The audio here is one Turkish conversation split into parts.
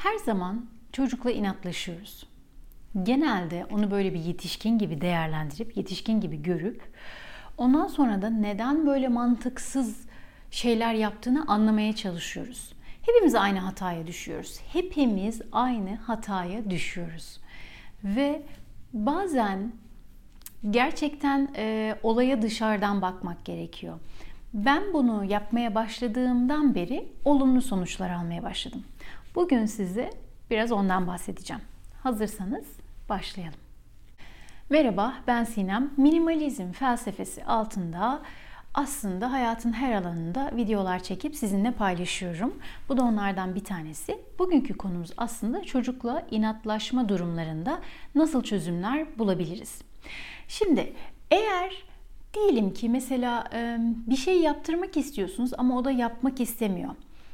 Her zaman çocukla inatlaşıyoruz. Genelde onu böyle bir yetişkin gibi değerlendirip, yetişkin gibi görüp ondan sonra da neden böyle mantıksız şeyler yaptığını anlamaya çalışıyoruz. Hepimiz aynı hataya düşüyoruz. Hepimiz aynı hataya düşüyoruz. Ve bazen gerçekten olaya dışarıdan bakmak gerekiyor. Ben bunu yapmaya başladığımdan beri olumlu sonuçlar almaya başladım. Bugün size biraz ondan bahsedeceğim. Hazırsanız başlayalım. Merhaba, ben Sinem. Minimalizm felsefesi altında aslında hayatın her alanında videolar çekip sizinle paylaşıyorum. Bu da onlardan bir tanesi. Bugünkü konumuz aslında çocukla inatlaşma durumlarında nasıl çözümler bulabiliriz? Şimdi eğer diyelim ki mesela bir şey yaptırmak istiyorsunuz ama o da yapmak istemiyor.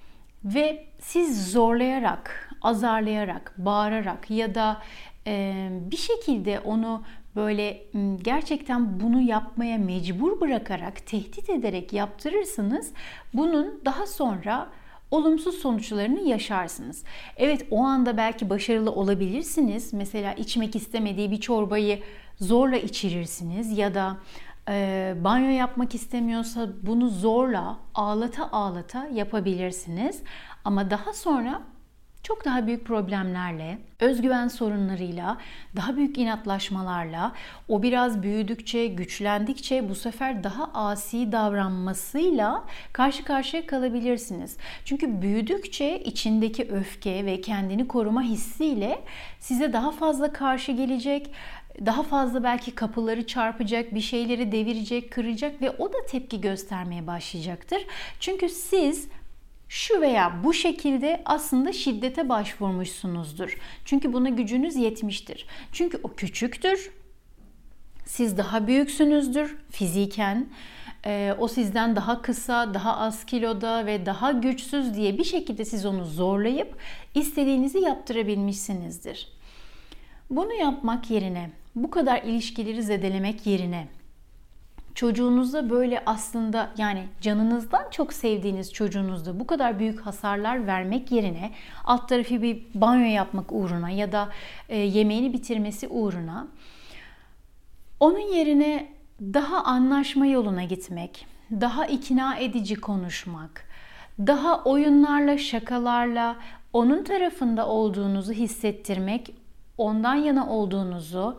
Ve siz zorlayarak, azarlayarak, bağırarak ya da bir şekilde onu böyle gerçekten bunu yapmaya mecbur bırakarak, tehdit ederek yaptırırsanız bunun daha sonra olumsuz sonuçlarını yaşarsınız. Evet, o anda belki başarılı olabilirsiniz. Mesela içmek istemediği bir çorbayı zorla içirirsiniz ya da banyo yapmak istemiyorsa bunu zorla ağlata ağlata yapabilirsiniz. Ama daha sonra çok daha büyük problemlerle, özgüven sorunlarıyla, daha büyük inatlaşmalarla, o biraz büyüdükçe, güçlendikçe bu sefer daha asi davranmasıyla karşı karşıya kalabilirsiniz. Çünkü büyüdükçe içindeki öfke ve kendini koruma hissiyle size daha fazla karşı gelecek, daha fazla belki kapıları çarpacak, bir şeyleri devirecek, kıracak ve o da tepki göstermeye başlayacaktır. Çünkü siz şu veya bu şekilde aslında şiddete başvurmuşsunuzdur. Çünkü buna gücünüz yetmiştir. Çünkü o küçüktür, siz daha büyüksünüzdür fiziken. O sizden daha kısa, daha az kiloda ve daha güçsüz diye bir şekilde siz onu zorlayıp istediğinizi yaptırabilmişsinizdir. Bunu yapmak yerine, bu kadar ilişkileri zedelemek yerine çocuğunuzda böyle aslında yani canınızdan çok sevdiğiniz çocuğunuzda bu kadar büyük hasarlar vermek yerine alt tarafı bir banyo yapmak uğruna ya da yemeğini bitirmesi uğruna onun yerine daha anlaşma yoluna gitmek, daha ikna edici konuşmak, daha oyunlarla, şakalarla onun tarafında olduğunuzu hissettirmek, ondan yana olduğunuzu,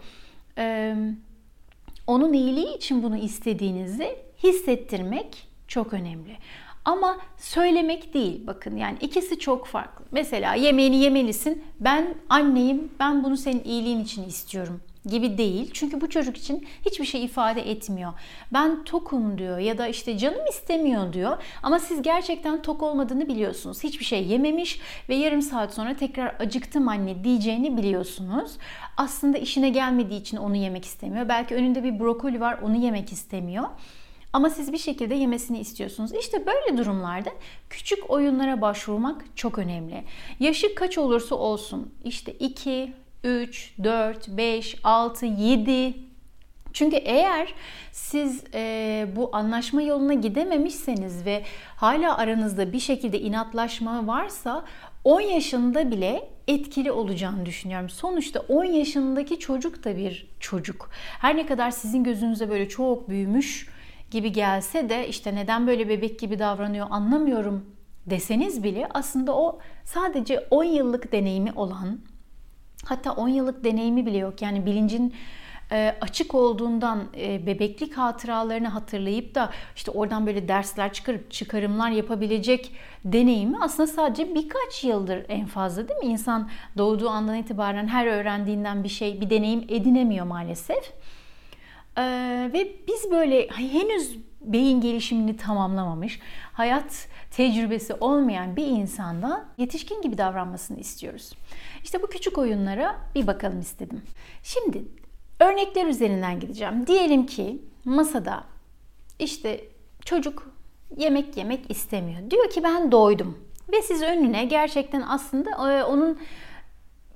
onun iyiliği için bunu istediğinizi hissettirmek çok önemli. Ama söylemek değil, bakın yani ikisi çok farklı. Mesela yemeğini yemelisin, ben anneyim, ben bunu senin iyiliğin için istiyorum gibi değil. Çünkü bu çocuk için hiçbir şey ifade etmiyor. Ben tokum diyor ya da işte canım istemiyor diyor. Ama siz gerçekten tok olmadığını biliyorsunuz. Hiçbir şey yememiş ve yarım saat sonra tekrar acıktım anne diyeceğini biliyorsunuz. Aslında işine gelmediği için onu yemek istemiyor. Belki önünde bir brokoli var, onu yemek istemiyor. Ama siz bir şekilde yemesini istiyorsunuz. İşte böyle durumlarda küçük oyunlara başvurmak çok önemli. Yaşı kaç olursa olsun, işte 2, 3, 4, 5, 6, 7. Çünkü eğer siz bu anlaşma yoluna gidememişseniz ve hala aranızda bir şekilde inatlaşma varsa 10 yaşında bile etkili olacağını düşünüyorum. Sonuçta 10 yaşındaki çocuk da bir çocuk. Her ne kadar sizin gözünüze böyle çok büyümüş gibi gelse de işte neden böyle bebek gibi davranıyor anlamıyorum deseniz bile aslında o sadece 10 yıllık deneyimi olan, hatta 10 yıllık deneyimi bile yok. Yani bilincin açık olduğundan bebeklik hatıralarını hatırlayıp da işte oradan böyle dersler çıkarıp çıkarımlar yapabilecek deneyimi aslında sadece birkaç yıldır en fazla, değil mi? İnsan doğduğu andan itibaren her öğrendiğinden bir deneyim edinemiyor maalesef. Ve biz böyle henüz beyin gelişimini tamamlamamış, hayat tecrübesi olmayan bir insandan yetişkin gibi davranmasını istiyoruz. İşte bu küçük oyunlara bir bakalım istedim. Şimdi örnekler üzerinden gideceğim. Diyelim ki masada işte çocuk yemek yemek istemiyor. Diyor ki ben doydum. Ve siz önüne gerçekten aslında onun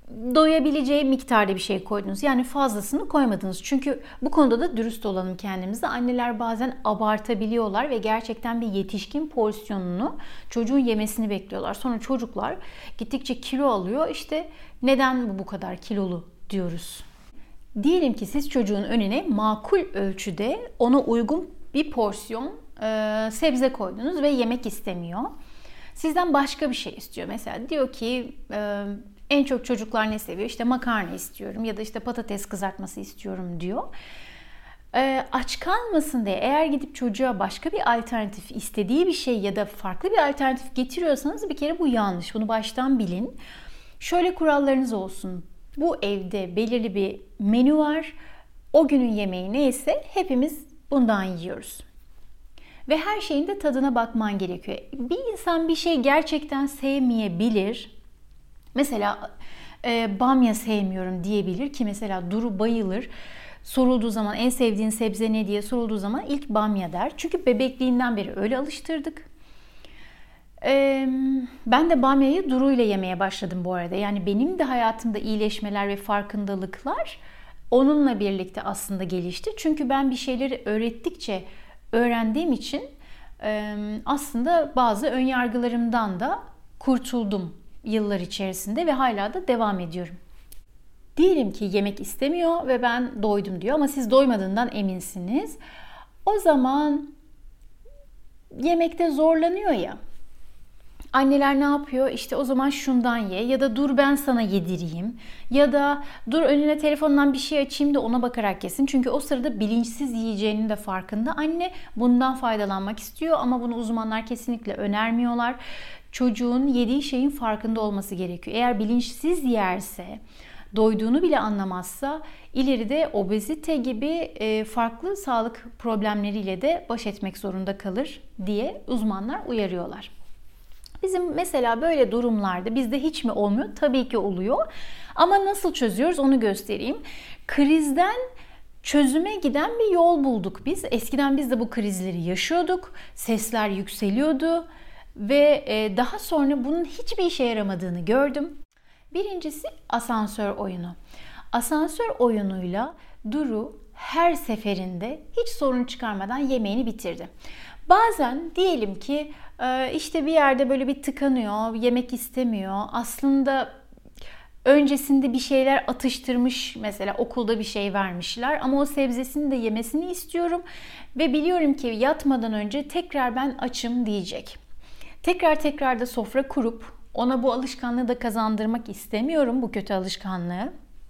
doyabileceği miktarda bir şey koydunuz. Yani fazlasını koymadınız. Çünkü bu konuda da dürüst olalım kendimize. Anneler bazen abartabiliyorlar ve gerçekten bir yetişkin porsiyonunu çocuğun yemesini bekliyorlar. Sonra çocuklar gittikçe kilo alıyor. İşte neden bu kadar kilolu diyoruz. Diyelim ki siz çocuğun önüne makul ölçüde ona uygun bir porsiyon sebze koydunuz ve yemek istemiyor. Sizden başka bir şey istiyor. Mesela diyor ki en çok çocuklar ne seviyor? İşte makarna istiyorum ya da işte patates kızartması istiyorum diyor. Aç kalmasın diye eğer gidip çocuğa başka bir alternatif, istediği bir şey ya da farklı bir alternatif getiriyorsanız bir kere bu yanlış. Bunu baştan bilin. Şöyle kurallarınız olsun. Bu evde belirli bir menü var. O günün yemeği neyse hepimiz bundan yiyoruz. Ve her şeyin de tadına bakman gerekiyor. Bir insan bir şey gerçekten sevmeyebilir. Mesela bamya sevmiyorum diyebilir ki mesela Duru bayılır. Sorulduğu zaman en sevdiğin sebze ne diye sorulduğu zaman ilk bamya der. Çünkü bebekliğinden beri öyle alıştırdık. Ben de bamyayı Duru ile yemeye başladım bu arada. Yani benim de hayatımda iyileşmeler ve farkındalıklar onunla birlikte aslında gelişti. Çünkü ben bir şeyleri öğrettikçe öğrendiğim için aslında bazı önyargılarımdan da kurtuldum yıllar içerisinde ve hala da devam ediyorum. Diyelim ki yemek istemiyor ve ben doydum diyor ama siz doymadığından eminsiniz. O zaman yemekte zorlanıyor ya. Anneler ne yapıyor? İşte o zaman şundan ye ya da dur ben sana yedireyim ya da dur önüne telefondan bir şey açayım da ona bakarak yesin. Çünkü o sırada bilinçsiz yiyeceğinin de farkında. Anne bundan faydalanmak istiyor ama bunu uzmanlar kesinlikle önermiyorlar. Çocuğun yediği şeyin farkında olması gerekiyor. Eğer bilinçsiz yerse, doyduğunu bile anlamazsa ileride obezite gibi farklı sağlık problemleriyle de baş etmek zorunda kalır diye uzmanlar uyarıyorlar. Bizim mesela böyle durumlarda bizde hiç mi olmuyor? Tabii ki oluyor. Ama nasıl çözüyoruz onu göstereyim. Krizden çözüme giden bir yol bulduk biz. Eskiden biz de bu krizleri yaşıyorduk. Sesler yükseliyordu ve daha sonra bunun hiçbir işe yaramadığını gördüm. Birincisi asansör oyunu. Asansör oyunuyla Duru her seferinde hiç sorun çıkarmadan yemeğini bitirdi. Bazen diyelim ki işte bir yerde böyle bir tıkanıyor, yemek istemiyor. Aslında öncesinde bir şeyler atıştırmış, mesela okulda bir şey vermişler ama o sebzesini de yemesini istiyorum ve biliyorum ki yatmadan önce tekrar ben açım diyecek. Tekrar da sofra kurup ona bu alışkanlığı da kazandırmak istemiyorum, bu kötü alışkanlığı.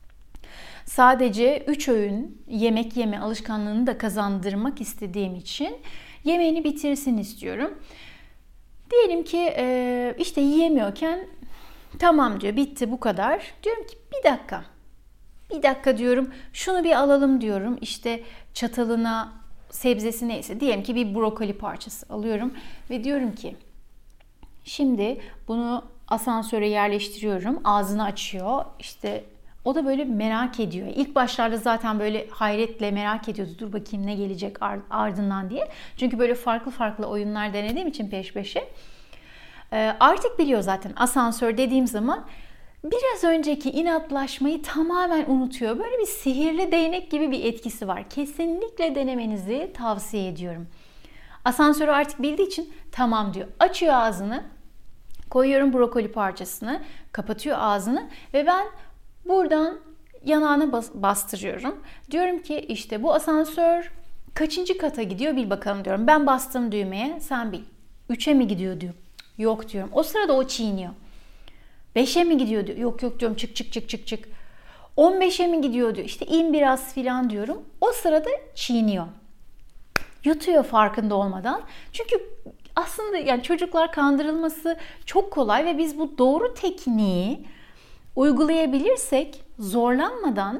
Sadece 3 öğün yemek yeme alışkanlığını da kazandırmak istediğim için yemeğini bitirsin istiyorum. Diyelim ki işte yiyemiyorken tamam diyor, bitti bu kadar. Diyorum ki bir dakika diyorum, şunu bir alalım diyorum. İşte çatalına sebzesi neyse, diyelim ki bir brokoli parçası alıyorum ve diyorum ki şimdi bunu asansöre yerleştiriyorum. Ağzını açıyor. İşte o da böyle merak ediyor. İlk başlarda zaten böyle hayretle merak ediyordu. Dur bakayım ne gelecek ardından diye. Çünkü böyle farklı oyunlar denediğim için peş peşe. Artık biliyor zaten, asansör dediğim zaman biraz önceki inatlaşmayı tamamen unutuyor. Böyle bir sihirli değnek gibi bir etkisi var. Kesinlikle denemenizi tavsiye ediyorum. Asansörü artık bildiği için tamam diyor. Açıyor ağzını. Koyuyorum brokoli parçasını. Kapatıyor ağzını ve ben buradan yanağını bastırıyorum. Diyorum ki işte bu asansör kaçıncı kata gidiyor bil bakalım diyorum. Ben bastım düğmeye, sen bil. 3'e mi gidiyor diyor. Yok diyorum. O sırada o çiğniyor. 5'e mi gidiyor diyor. Yok diyorum, çık. 15'e mi gidiyor diyor. İşte in biraz filan diyorum. O sırada çiğniyor. Yutuyor farkında olmadan. Çünkü aslında yani çocuklar kandırılması çok kolay ve biz bu doğru tekniği uygulayabilirsek zorlanmadan,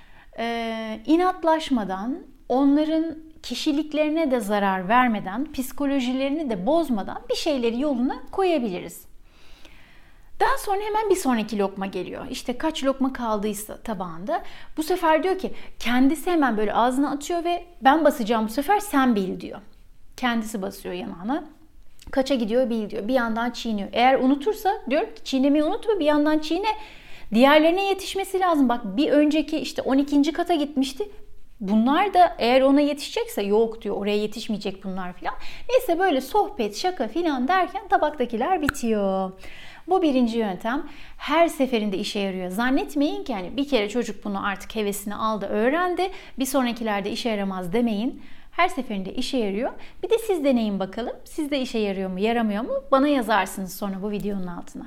inatlaşmadan, onların kişiliklerine de zarar vermeden, psikolojilerini de bozmadan bir şeyleri yoluna koyabiliriz. Daha sonra hemen bir sonraki lokma geliyor. İşte kaç lokma kaldıysa tabağında. Bu sefer diyor ki kendisi hemen böyle ağzına atıyor ve ben basacağım bu sefer, sen bil diyor. Kendisi basıyor yanağına. Kaça gidiyor bil diyor. Bir yandan çiğniyor. Eğer unutursa diyor ki çiğnemeyi unutma, bir yandan çiğne. Diğerlerine yetişmesi lazım. Bak bir önceki işte 12. kata gitmişti. Bunlar da eğer ona yetişecekse yok diyor, oraya yetişmeyecek bunlar filan. Neyse böyle sohbet, şaka filan derken tabaktakiler bitiyor. Bu birinci yöntem her seferinde işe yarıyor. Zannetmeyin ki hani bir kere çocuk bunu artık hevesini aldı, öğrendi. Bir sonrakilerde işe yaramaz demeyin. Her seferinde işe yarıyor. Bir de siz deneyin bakalım. Sizde işe yarıyor mu, yaramıyor mu? Bana yazarsınız sonra bu videonun altına.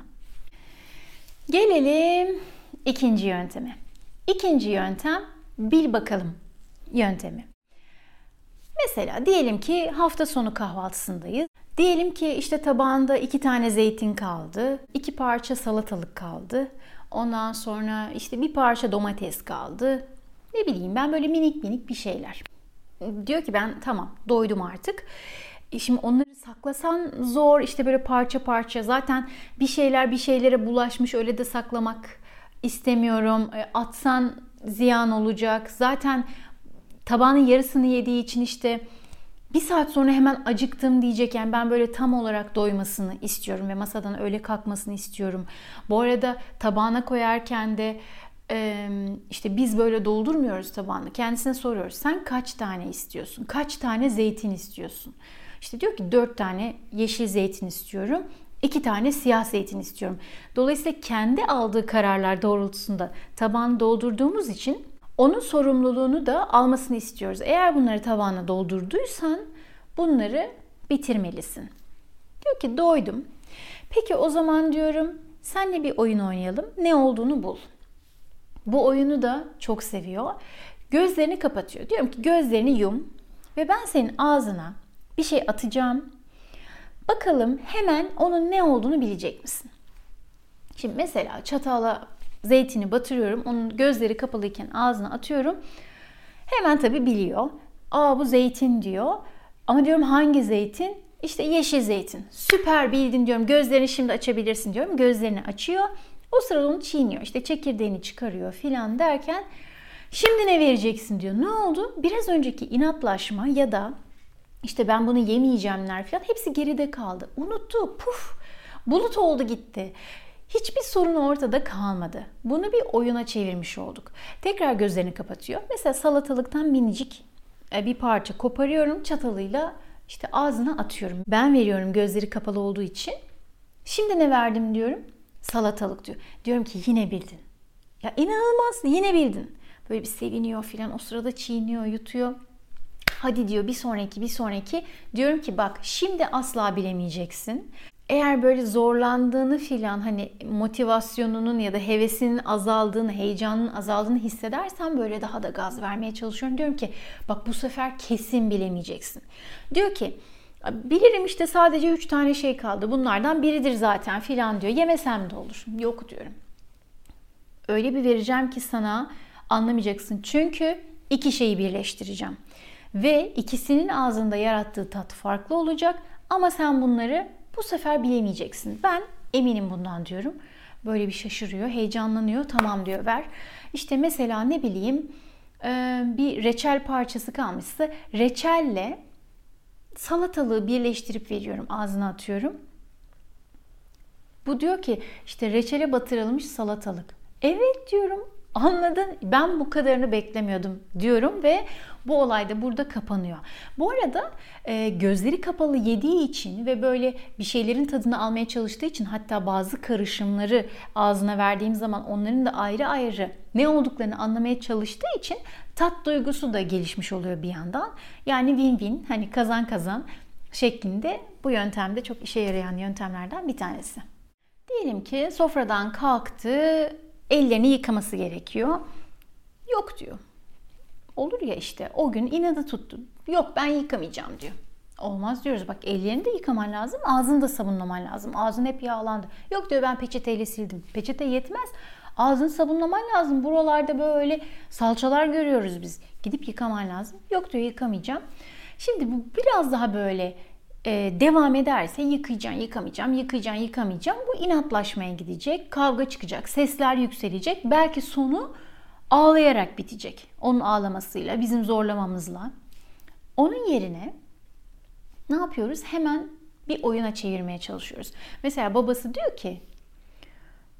Gelelim ikinci yönteme. İkinci yöntem bil bakalım yöntemi. Mesela diyelim ki hafta sonu kahvaltısındayız. Diyelim ki işte tabağında 2 tane zeytin kaldı, 2 parça salatalık kaldı. Ondan sonra işte bir parça domates kaldı. Ne bileyim ben böyle minik minik bir şeyler. Diyor ki ben tamam doydum artık. Şimdi onları saklasan zor, işte böyle parça parça. Zaten bir şeyler bir şeylere bulaşmış, öyle de saklamak istemiyorum. Atsan ziyan olacak. Zaten tabağın yarısını yediği için işte bir saat sonra hemen acıktım diyecek. Yani ben böyle tam olarak doymasını istiyorum ve masadan öyle kalkmasını istiyorum. Bu arada tabağına koyarken de işte biz böyle doldurmuyoruz tabağını. Kendisine soruyoruz. Sen kaç tane istiyorsun? Kaç tane zeytin istiyorsun? İşte diyor ki 4 tane yeşil zeytin istiyorum. 2 tane siyah zeytin istiyorum. Dolayısıyla kendi aldığı kararlar doğrultusunda tabağını doldurduğumuz için onun sorumluluğunu da almasını istiyoruz. Eğer bunları tabağına doldurduysan bunları bitirmelisin. Diyor ki doydum. Peki o zaman diyorum senle bir oyun oynayalım. Ne olduğunu bul. Bu oyunu da çok seviyor. Gözlerini kapatıyor. Diyorum ki gözlerini yum ve ben senin ağzına bir şey atacağım. Bakalım hemen onun ne olduğunu bilecek misin? Şimdi mesela çatala zeytini batırıyorum. Onun gözleri kapalıyken ağzına atıyorum. Hemen tabii biliyor. Aa bu zeytin diyor. Ama diyorum hangi zeytin? İşte yeşil zeytin. Süper bildin diyorum. Gözlerini şimdi açabilirsin diyorum. Gözlerini açıyor. O sırada onu çiğniyor. İşte çekirdeğini çıkarıyor filan derken şimdi ne vereceksin diyor. Ne oldu? Biraz önceki inatlaşma ya da işte ben bunu yemeyeceğimler filan hepsi geride kaldı. Unuttu. Puf. Bulut oldu gitti. Hiçbir sorun ortada kalmadı. Bunu bir oyuna çevirmiş olduk. Tekrar gözlerini kapatıyor. Mesela salatalıktan minicik bir parça koparıyorum. Çatalıyla işte ağzına atıyorum. Ben veriyorum gözleri kapalı olduğu için. Şimdi ne verdim diyorum? Salatalık diyor. Diyorum ki yine bildin. Ya inanılmaz yine bildin. Böyle bir seviniyor filan. O sırada çiğniyor, yutuyor. Hadi diyor bir sonraki. Diyorum ki bak şimdi asla bilemeyeceksin. Eğer böyle zorlandığını filan hani motivasyonunun ya da hevesinin azaldığını, heyecanının azaldığını hissedersen böyle daha da gaz vermeye çalışıyorum. Diyorum ki bak bu sefer kesin bilemeyeceksin. Diyor ki bilirim işte sadece 3 tane şey kaldı. Bunlardan biridir zaten filan diyor. Yemesem de olur. Yok diyorum. Öyle bir vereceğim ki sana anlamayacaksın. Çünkü 2 şeyi birleştireceğim. Ve ikisinin ağzında yarattığı tat farklı olacak. Ama sen bunları bu sefer bilemeyeceksin. Ben eminim bundan diyorum. Böyle bir şaşırıyor, heyecanlanıyor. Tamam diyor ver. İşte mesela ne bileyim bir reçel parçası kalmışsa reçelle salatalığı birleştirip veriyorum. Ağzına atıyorum. Bu diyor ki işte reçele batırılmış salatalık. Evet diyorum. Anladın? Ben bu kadarını beklemiyordum diyorum ve bu olay da burada kapanıyor. Bu arada gözleri kapalı yediği için ve böyle bir şeylerin tadını almaya çalıştığı için hatta bazı karışımları ağzına verdiğim zaman onların da ayrı ayrı ne olduklarını anlamaya çalıştığı için tat duygusu da gelişmiş oluyor bir yandan. Yani win-win hani kazan kazan şeklinde bu yöntemde çok işe yarayan yöntemlerden bir tanesi. Diyelim ki sofradan kalktı. Ellerini yıkaması gerekiyor. Yok diyor. Olur ya işte o gün inadı tuttu. Yok ben yıkamayacağım diyor. Olmaz diyoruz bak ellerini de yıkaman lazım. Ağzını da sabunlaman lazım. Ağzın hep yağlandı. Yok diyor ben peçeteyle sildim. Peçete yetmez. Ağzını sabunlaman lazım. Buralarda böyle salçalar görüyoruz biz. Gidip yıkaman lazım. Yok diyor yıkamayacağım. Şimdi bu biraz daha böyle devam ederse yıkamayacağım. Bu inatlaşmaya gidecek, kavga çıkacak, sesler yükselecek. Belki sonu ağlayarak bitecek. Onun ağlamasıyla, bizim zorlamamızla. Onun yerine ne yapıyoruz? Hemen bir oyuna çevirmeye çalışıyoruz. Mesela babası diyor ki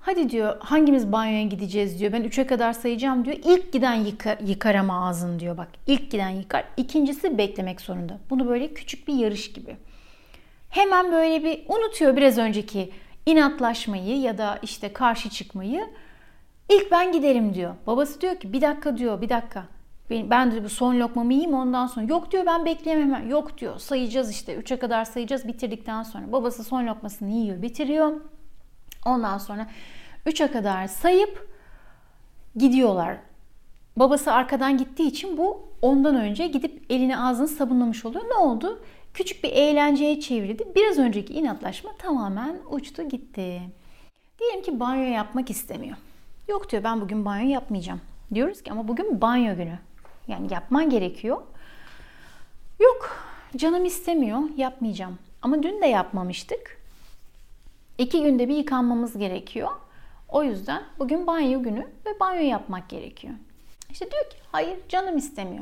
Hadi diyor hangimiz banyoya gideceğiz diyor. Ben 3'e kadar sayacağım diyor. İlk giden yıkar ama ağzını diyor bak. İlk giden yıkar. İkincisi beklemek zorunda. Bunu böyle küçük bir yarış gibi. Hemen böyle bir unutuyor biraz önceki inatlaşmayı ya da işte karşı çıkmayı. İlk ben giderim diyor. Babası diyor ki bir dakika diyor, bir dakika. Ben de bu son lokmamı yiyeyim ondan sonra. Yok diyor, ben bekleyemem. Yok diyor, sayacağız işte 3'e kadar sayacağız, bitirdikten sonra. Babası son lokmasını yiyor, bitiriyor. Ondan sonra 3'e kadar sayıp gidiyorlar. Babası arkadan gittiği için bu ondan önce gidip elini ağzını sabunlamış oluyor. Ne oldu? Küçük bir eğlenceye çevrildi. Biraz önceki inatlaşma tamamen uçtu gitti. Diyelim ki banyo yapmak istemiyor. Yok diyor, ben bugün banyo yapmayacağım. Diyoruz ki ama bugün banyo günü. Yani yapman gerekiyor. Yok, canım istemiyor, yapmayacağım. Ama dün de yapmamıştık. 2 günde bir yıkanmamız gerekiyor. O yüzden bugün banyo günü ve banyo yapmak gerekiyor. İşte diyor ki hayır, canım istemiyor.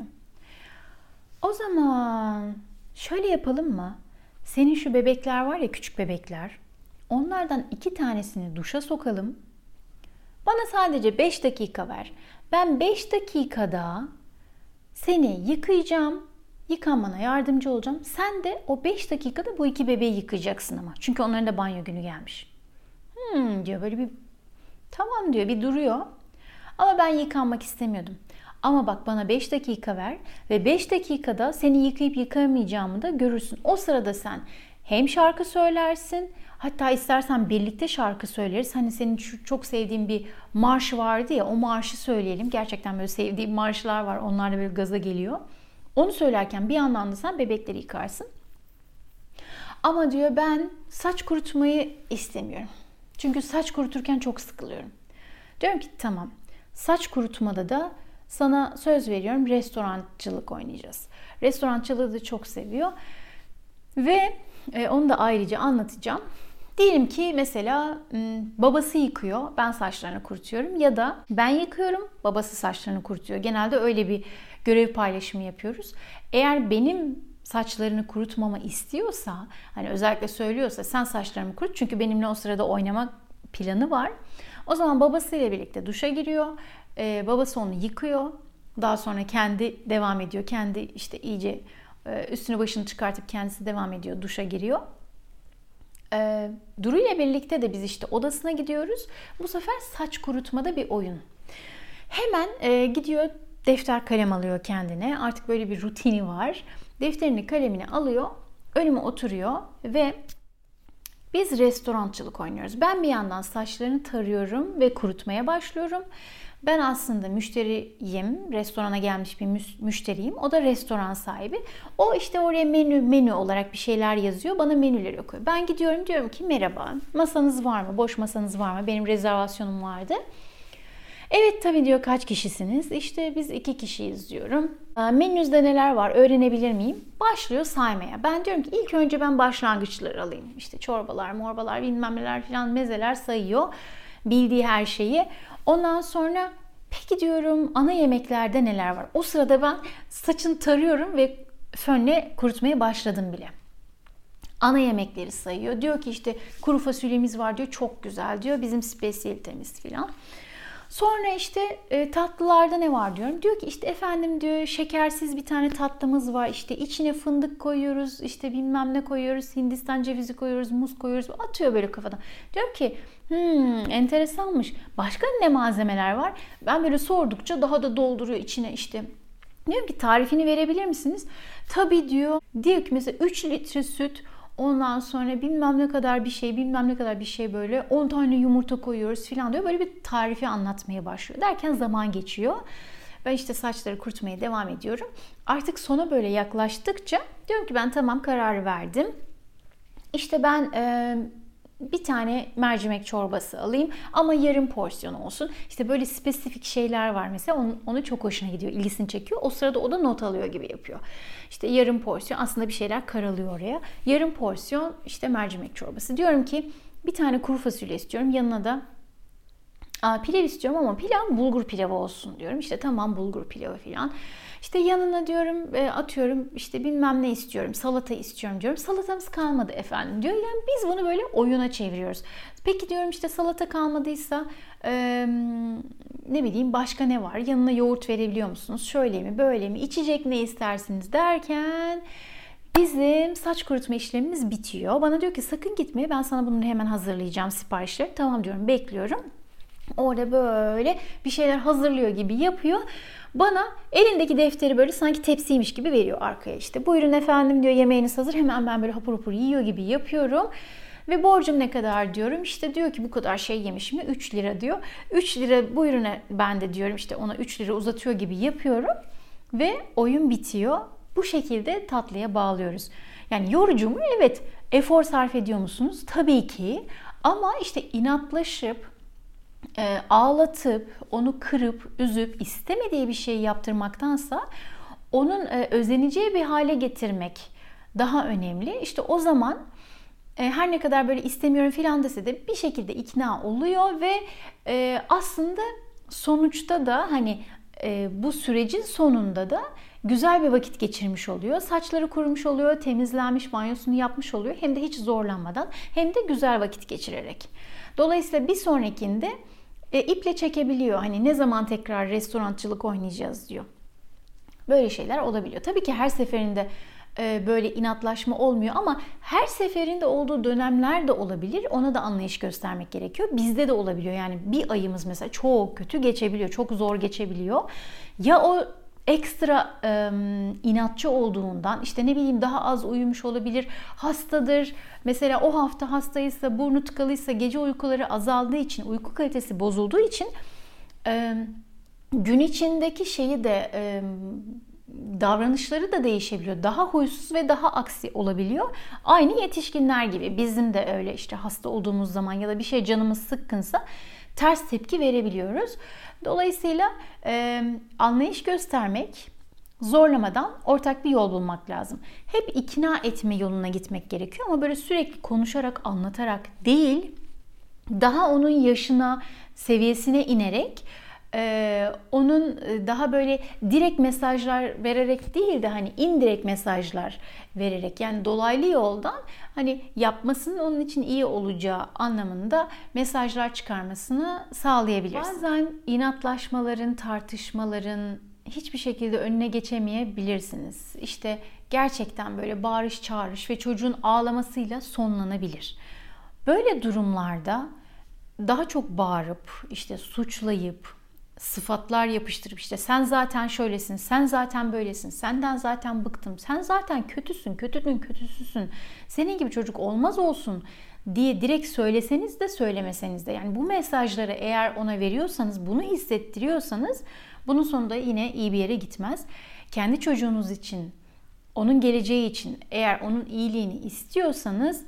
O zaman şöyle yapalım mı? Senin şu bebekler var ya, küçük bebekler. Onlardan 2 tanesini duşa sokalım. Bana sadece 5 dakika ver. Ben 5 dakikada seni yıkayacağım. Yıkanmana yardımcı olacağım. Sen de o 5 dakikada bu 2 bebeği yıkayacaksın ama. Çünkü onların da banyo günü gelmiş. Diyor böyle bir, tamam diyor, bir duruyor. Ama ben yıkanmak istemiyordum. Ama bak bana 5 dakika ver ve 5 dakikada seni yıkayıp yıkamayacağımı da görürsün. O sırada sen hem şarkı söylersin, hatta istersen birlikte şarkı söyleriz. Hani senin çok sevdiğin bir marş vardı ya, o marşı söyleyelim. Gerçekten böyle sevdiğim marşlar var. Onlar da böyle gaza geliyor. Onu söylerken bir yandan da sen bebekleri yıkarsın. Ama diyor ben saç kurutmayı istemiyorum. Çünkü saç kuruturken çok sıkılıyorum. Diyorum ki tamam. Saç kurutmada da sana söz veriyorum, restorancılık oynayacağız. Restorancılığı da çok seviyor. Ve onu da ayrıca anlatacağım. Diyelim ki mesela babası yıkıyor, ben saçlarını kurutuyorum ya da ben yıkıyorum, babası saçlarını kurutuyor. Genelde öyle bir görev paylaşımı yapıyoruz. Eğer benim saçlarını kurutmamı istiyorsa, hani özellikle söylüyorsa sen saçlarımı kurut çünkü benimle o sırada oynamak planı var. O zaman babasıyla birlikte duşa giriyor. Babası onu yıkıyor. Daha sonra kendi devam ediyor. Kendi işte iyice üstünü başını çıkartıp kendisi devam ediyor. Duşa giriyor. Duru ile birlikte de biz işte odasına gidiyoruz. Bu sefer saç kurutmada bir oyun. Hemen gidiyor, defter kalem alıyor kendine. Artık böyle bir rutini var. Defterini kalemini alıyor. Önüme oturuyor ve biz restorancılık oynuyoruz. Ben bir yandan saçlarını tarıyorum ve kurutmaya başlıyorum. Ben aslında müşteriyim. Restorana gelmiş bir müşteriyim. O da restoran sahibi. O işte oraya menü olarak bir şeyler yazıyor. Bana menüleri okuyor. Ben gidiyorum, diyorum ki merhaba. Masanız var mı? Boş masanız var mı? Benim rezervasyonum vardı. Evet tabii diyor, kaç kişisiniz? İşte biz 2 kişiyiz diyorum. Menünüzde neler var öğrenebilir miyim? Başlıyor saymaya. Ben diyorum ki ilk önce ben başlangıçları alayım. İşte çorbalar, morbalar, bilmem neler filan, mezeler sayıyor. Bildiği her şeyi. Ondan sonra peki diyorum ana yemeklerde neler var? O sırada ben saçını tarıyorum ve fönle kurutmaya başladım bile. Ana yemekleri sayıyor. Diyor ki işte kuru fasulyemiz var diyor. Çok güzel diyor. Bizim spesiyalitemiz filan. Sonra işte tatlılarda ne var diyorum. Diyor ki işte efendim diyor şekersiz bir tane tatlımız var. İşte içine fındık koyuyoruz. İşte bilmem ne koyuyoruz. Hindistan cevizi koyuyoruz. Muz koyuyoruz. Atıyor böyle kafadan. Diyorum ki enteresanmış. Başka ne malzemeler var? Ben böyle sordukça daha da dolduruyor içine işte. Diyorum ki tarifini verebilir misiniz? Tabii diyor. Diyor ki mesela 3 litre süt. Ondan sonra bilmem ne kadar bir şey, bilmem ne kadar bir şey böyle 10 tane yumurta koyuyoruz filan diyor. Böyle bir tarifi anlatmaya başlıyor. Derken zaman geçiyor. Ben işte saçları kurutmaya devam ediyorum. Artık sona böyle yaklaştıkça diyorum ki ben tamam karar verdim. İşte ben bir tane mercimek çorbası alayım ama yarım porsiyon olsun. İşte böyle spesifik şeyler var mesela, onu çok hoşuna gidiyor, ilgisini çekiyor. O sırada o da not alıyor gibi yapıyor. İşte yarım porsiyon, aslında bir şeyler karalıyor oraya. Yarım porsiyon işte mercimek çorbası. Diyorum ki bir tane kuru fasulye istiyorum. Yanına da Pilav istiyorum ama pilav bulgur pilavı olsun diyorum. İşte tamam, bulgur pilavı falan. İşte yanına diyorum atıyorum işte bilmem ne istiyorum, salata istiyorum diyorum. Salatamız kalmadı efendim diyor. Yani biz bunu böyle oyuna çeviriyoruz. Peki diyorum işte salata kalmadıysa ne bileyim başka ne var? Yanına yoğurt verebiliyor musunuz? Şöyle mi böyle mi? İçecek ne istersiniz derken bizim saç kurutma işlemimiz bitiyor. Bana diyor ki sakın gitme, ben sana bunu hemen hazırlayacağım siparişleri. Tamam diyorum, bekliyorum. Orada böyle bir şeyler hazırlıyor gibi yapıyor. Bana elindeki defteri böyle sanki tepsiymiş gibi veriyor arkaya işte. Buyurun efendim diyor, yemeğiniz hazır. Hemen ben böyle hapur hapur yiyor gibi yapıyorum. Ve borcum ne kadar diyorum. İşte diyor ki bu kadar şey yemişim, 3 lira diyor. 3 lira buyurun ben de diyorum işte ona 3 lira uzatıyor gibi yapıyorum. Ve oyun bitiyor. Bu şekilde tatlıya bağlıyoruz. Yani yorucu mu? Evet. Efor sarf ediyor musunuz? Tabii ki. Ama işte inatlaşıp ağlatıp, onu kırıp, üzüp, istemediği bir şeyi yaptırmaktansa onun özeneceği bir hale getirmek daha önemli. İşte o zaman her ne kadar böyle istemiyorum filan dese de bir şekilde ikna oluyor ve aslında sonuçta da hani bu sürecin sonunda da güzel bir vakit geçirmiş oluyor. Saçları kurumuş oluyor, temizlenmiş, banyosunu yapmış oluyor. Hem de hiç zorlanmadan, hem de güzel vakit geçirerek. Dolayısıyla bir sonrakinde iple çekebiliyor. Hani ne zaman tekrar restorançılık oynayacağız diyor. Böyle şeyler olabiliyor. Tabii ki her seferinde böyle inatlaşma olmuyor ama her seferinde olduğu dönemler de olabilir. Ona da anlayış göstermek gerekiyor. Bizde de olabiliyor. Yani bir ayımız mesela çok kötü geçebiliyor. Çok zor geçebiliyor. Ya o ekstra inatçı olduğundan, işte ne bileyim daha az uyumuş olabilir, hastadır. Mesela o hafta hastaysa, burnu tıkalıysa, gece uykuları azaldığı için, uyku kalitesi bozulduğu için gün içindeki şeyi de davranışları da değişebiliyor. Daha huysuz ve daha aksi olabiliyor. Aynı yetişkinler gibi. Bizim de öyle işte hasta olduğumuz zaman ya da bir şey canımız sıkkınsa ters tepki verebiliyoruz. Dolayısıyla anlayış göstermek, zorlamadan ortak bir yol bulmak lazım. Hep ikna etme yoluna gitmek gerekiyor ama böyle sürekli konuşarak, anlatarak değil, daha onun yaşına, seviyesine inerek onun daha böyle direkt mesajlar vererek değil de hani indirekt mesajlar vererek, yani dolaylı yoldan hani yapmasının onun için iyi olacağı anlamında mesajlar çıkarmasını sağlayabiliriz. Bazen inatlaşmaların, tartışmaların hiçbir şekilde önüne geçemeyebilirsiniz. İşte gerçekten böyle bağırış çağırış ve çocuğun ağlamasıyla sonlanabilir. Böyle durumlarda daha çok bağırıp, işte suçlayıp, sıfatlar yapıştırıp işte sen zaten şöylesin, sen zaten böylesin, senden zaten bıktım, sen zaten kötüsün, kötünün kötüsüsün, senin gibi çocuk olmaz olsun diye direkt söyleseniz de söylemeseniz de, yani bu mesajları eğer ona veriyorsanız, bunu hissettiriyorsanız bunun sonunda yine iyi bir yere gitmez. Kendi çocuğunuz için, onun geleceği için eğer onun iyiliğini istiyorsanız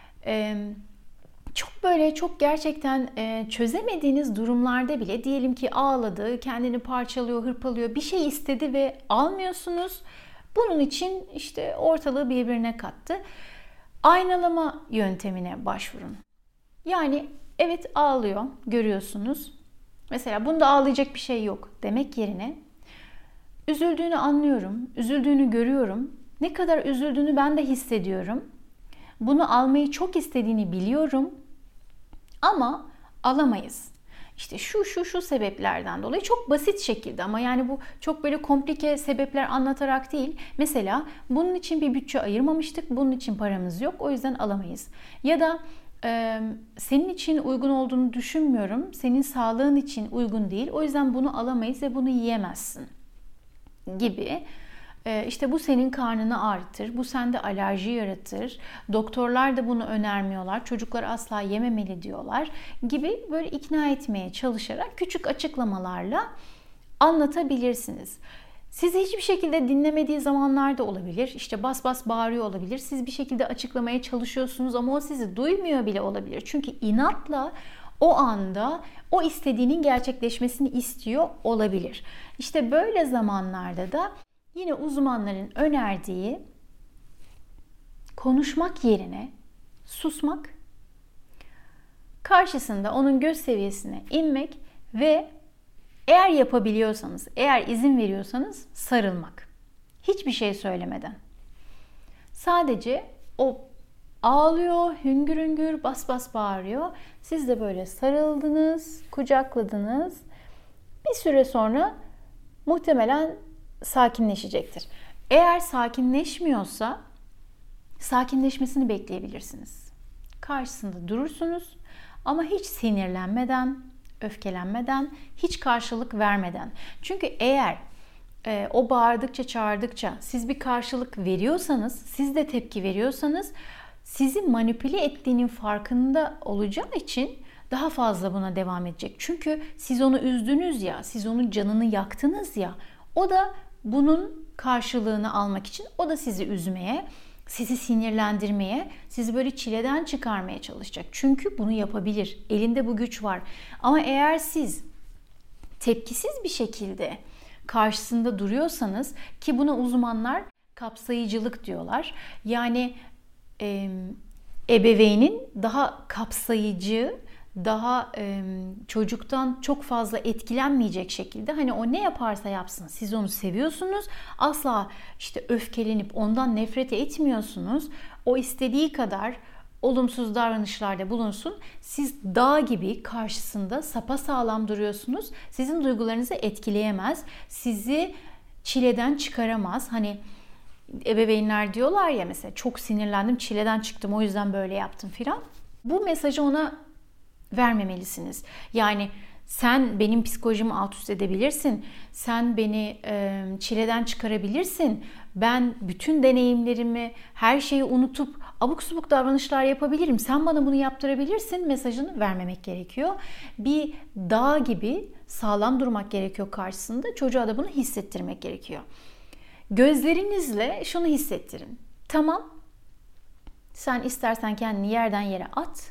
çok böyle çok gerçekten çözemediğiniz durumlarda bile, diyelim ki ağladı, kendini parçalıyor, hırpalıyor, bir şey istedi ve almıyorsunuz. Bunun için işte ortalığı birbirine kattı. Aynalama yöntemine başvurun. Yani evet ağlıyor, görüyorsunuz. Mesela bunda ağlayacak bir şey yok demek yerine üzüldüğünü anlıyorum, üzüldüğünü görüyorum. Ne kadar üzüldüğünü ben de hissediyorum. Bunu almayı çok istediğini biliyorum. Ama alamayız. İşte şu sebeplerden dolayı, çok basit şekilde, ama yani bu çok böyle komplike sebepler anlatarak değil. Mesela bunun için bir bütçe ayırmamıştık, bunun için paramız yok, o yüzden alamayız. Ya da senin için uygun olduğunu düşünmüyorum, senin sağlığın için uygun değil, o yüzden bunu alamayız ve bunu yiyemezsin gibi. İşte bu senin karnını ağrıtır, bu sende alerji yaratır, doktorlar da bunu önermiyorlar, çocuklar asla yememeli diyorlar gibi böyle ikna etmeye çalışarak küçük açıklamalarla anlatabilirsiniz. Sizi hiçbir şekilde dinlemediği zamanlar da olabilir. İşte bas bas bağırıyor olabilir. Siz bir şekilde açıklamaya çalışıyorsunuz ama o sizi duymuyor bile olabilir. Çünkü inatla o anda o istediğinin gerçekleşmesini istiyor olabilir. İşte böyle zamanlarda da yine uzmanların önerdiği konuşmak yerine susmak, karşısında onun göz seviyesine inmek ve eğer yapabiliyorsanız, eğer izin veriyorsanız sarılmak. Hiçbir şey söylemeden. Sadece o ağlıyor, hüngür hüngür, bas bas bağırıyor. Siz de böyle sarıldınız, kucakladınız. Bir süre sonra muhtemelen sakinleşecektir. Eğer sakinleşmiyorsa sakinleşmesini bekleyebilirsiniz. Karşısında durursunuz ama hiç sinirlenmeden, öfkelenmeden, hiç karşılık vermeden. Çünkü eğer o bağırdıkça, çağırdıkça siz bir karşılık veriyorsanız, siz de tepki veriyorsanız sizi manipüle ettiğinin farkında olacağı için daha fazla buna devam edecek. Çünkü siz onu üzdünüz ya, siz onun canını yaktınız ya, o da bunun karşılığını almak için o da sizi üzmeye, sizi sinirlendirmeye, sizi böyle çileden çıkarmaya çalışacak. Çünkü bunu yapabilir. Elinde bu güç var. Ama eğer siz tepkisiz bir şekilde karşısında duruyorsanız, ki buna uzmanlar kapsayıcılık diyorlar. Yani ebeveynin daha kapsayıcı, daha çocuktan çok fazla etkilenmeyecek şekilde, hani o ne yaparsa yapsın siz onu seviyorsunuz. Asla işte öfkelenip ondan nefret etmiyorsunuz. O istediği kadar olumsuz davranışlarda bulunsun. Siz dağ gibi karşısında sapasağlam duruyorsunuz. Sizin duygularınızı etkileyemez. Sizi çileden çıkaramaz. Hani ebeveynler diyorlar ya, mesela çok sinirlendim, çileden çıktım, o yüzden böyle yaptım filan. Bu mesajı ona vermemelisiniz. Yani sen benim psikolojimi alt üst edebilirsin. Sen beni çileden çıkarabilirsin. Ben bütün deneyimlerimi, her şeyi unutup abuk subuk davranışlar yapabilirim. Sen bana bunu yaptırabilirsin mesajını vermemek gerekiyor. Bir dağ gibi sağlam durmak gerekiyor karşısında. Çocuğa da bunu hissettirmek gerekiyor. Gözlerinizle şunu hissettirin. Tamam, sen istersen kendini yerden yere at.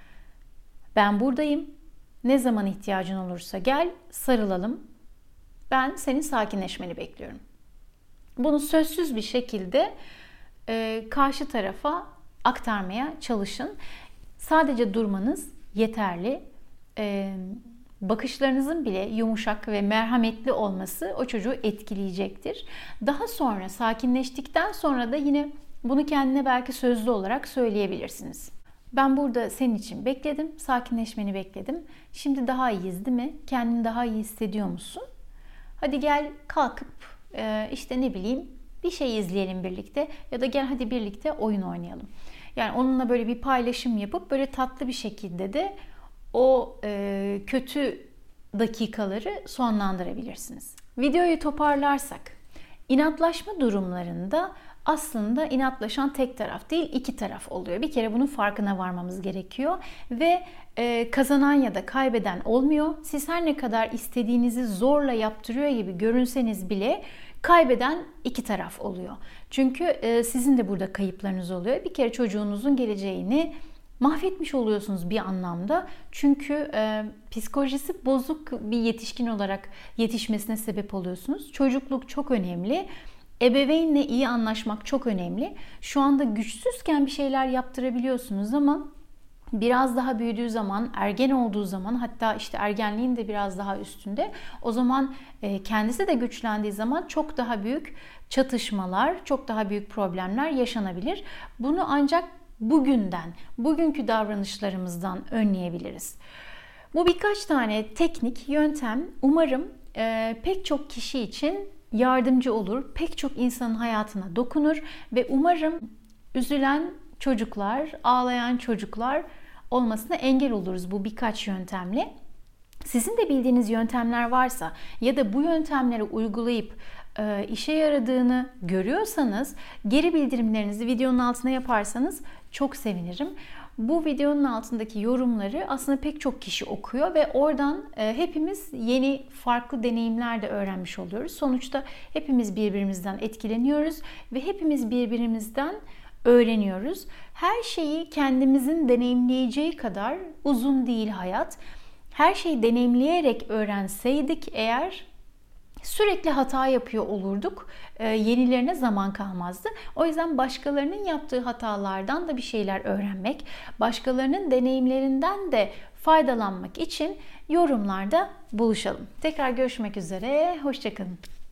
Ben buradayım. Ne zaman ihtiyacın olursa gel, sarılalım. Ben senin sakinleşmeni bekliyorum. Bunu sözsüz bir şekilde karşı tarafa aktarmaya çalışın. Sadece durmanız yeterli. Bakışlarınızın bile yumuşak ve merhametli olması o çocuğu etkileyecektir. Daha sonra sakinleştikten sonra da yine bunu kendine belki sözlü olarak söyleyebilirsiniz. Ben burada senin için bekledim, sakinleşmeni bekledim. Şimdi daha iyiyiz değil mi? Kendini daha iyi hissediyor musun? Hadi gel kalkıp işte ne bileyim bir şey izleyelim birlikte ya da gel hadi birlikte oyun oynayalım. Yani onunla böyle bir paylaşım yapıp böyle tatlı bir şekilde de o kötü dakikaları sonlandırabilirsiniz. Videoyu toparlarsak, inatlaşma durumlarında aslında inatlaşan tek taraf değil, iki taraf oluyor. Bir kere bunun farkına varmamız gerekiyor ve kazanan ya da kaybeden olmuyor. Siz her ne kadar istediğinizi zorla yaptırıyor gibi görünseniz bile kaybeden iki taraf oluyor. Çünkü sizin de burada kayıplarınız oluyor. Bir kere çocuğunuzun geleceğini mahvetmiş oluyorsunuz bir anlamda. Çünkü psikolojisi bozuk bir yetişkin olarak yetişmesine sebep oluyorsunuz. Çocukluk çok önemli. Ebeveynle iyi anlaşmak çok önemli. Şu anda güçsüzken bir şeyler yaptırabiliyorsunuz ama biraz daha büyüdüğü zaman, ergen olduğu zaman, hatta işte ergenliğin de biraz daha üstünde, o zaman kendisi de güçlendiği zaman çok daha büyük çatışmalar, çok daha büyük problemler yaşanabilir. Bunu ancak bugünden, bugünkü davranışlarımızdan önleyebiliriz. Bu birkaç tane teknik, yöntem umarım pek çok kişi için yardımcı olur. Pek çok insanın hayatına dokunur ve umarım üzülen çocuklar, ağlayan çocuklar olmasına engel oluruz bu birkaç yöntemle. Sizin de bildiğiniz yöntemler varsa ya da bu yöntemleri uygulayıp işe yaradığını görüyorsanız geri bildirimlerinizi videonun altına yaparsanız çok sevinirim. Bu videonun altındaki yorumları aslında pek çok kişi okuyor ve oradan hepimiz yeni farklı deneyimler de öğrenmiş oluyoruz. Sonuçta hepimiz birbirimizden etkileniyoruz ve hepimiz birbirimizden öğreniyoruz. Her şeyi kendimizin deneyimleyeceği kadar uzun değil hayat. Her şeyi deneyimleyerek öğrenseydik eğer sürekli hata yapıyor olurduk. Yenilerine zaman kalmazdı. O yüzden başkalarının yaptığı hatalardan da bir şeyler öğrenmek, başkalarının deneyimlerinden de faydalanmak için yorumlarda buluşalım. Tekrar görüşmek üzere. Hoşça kalın.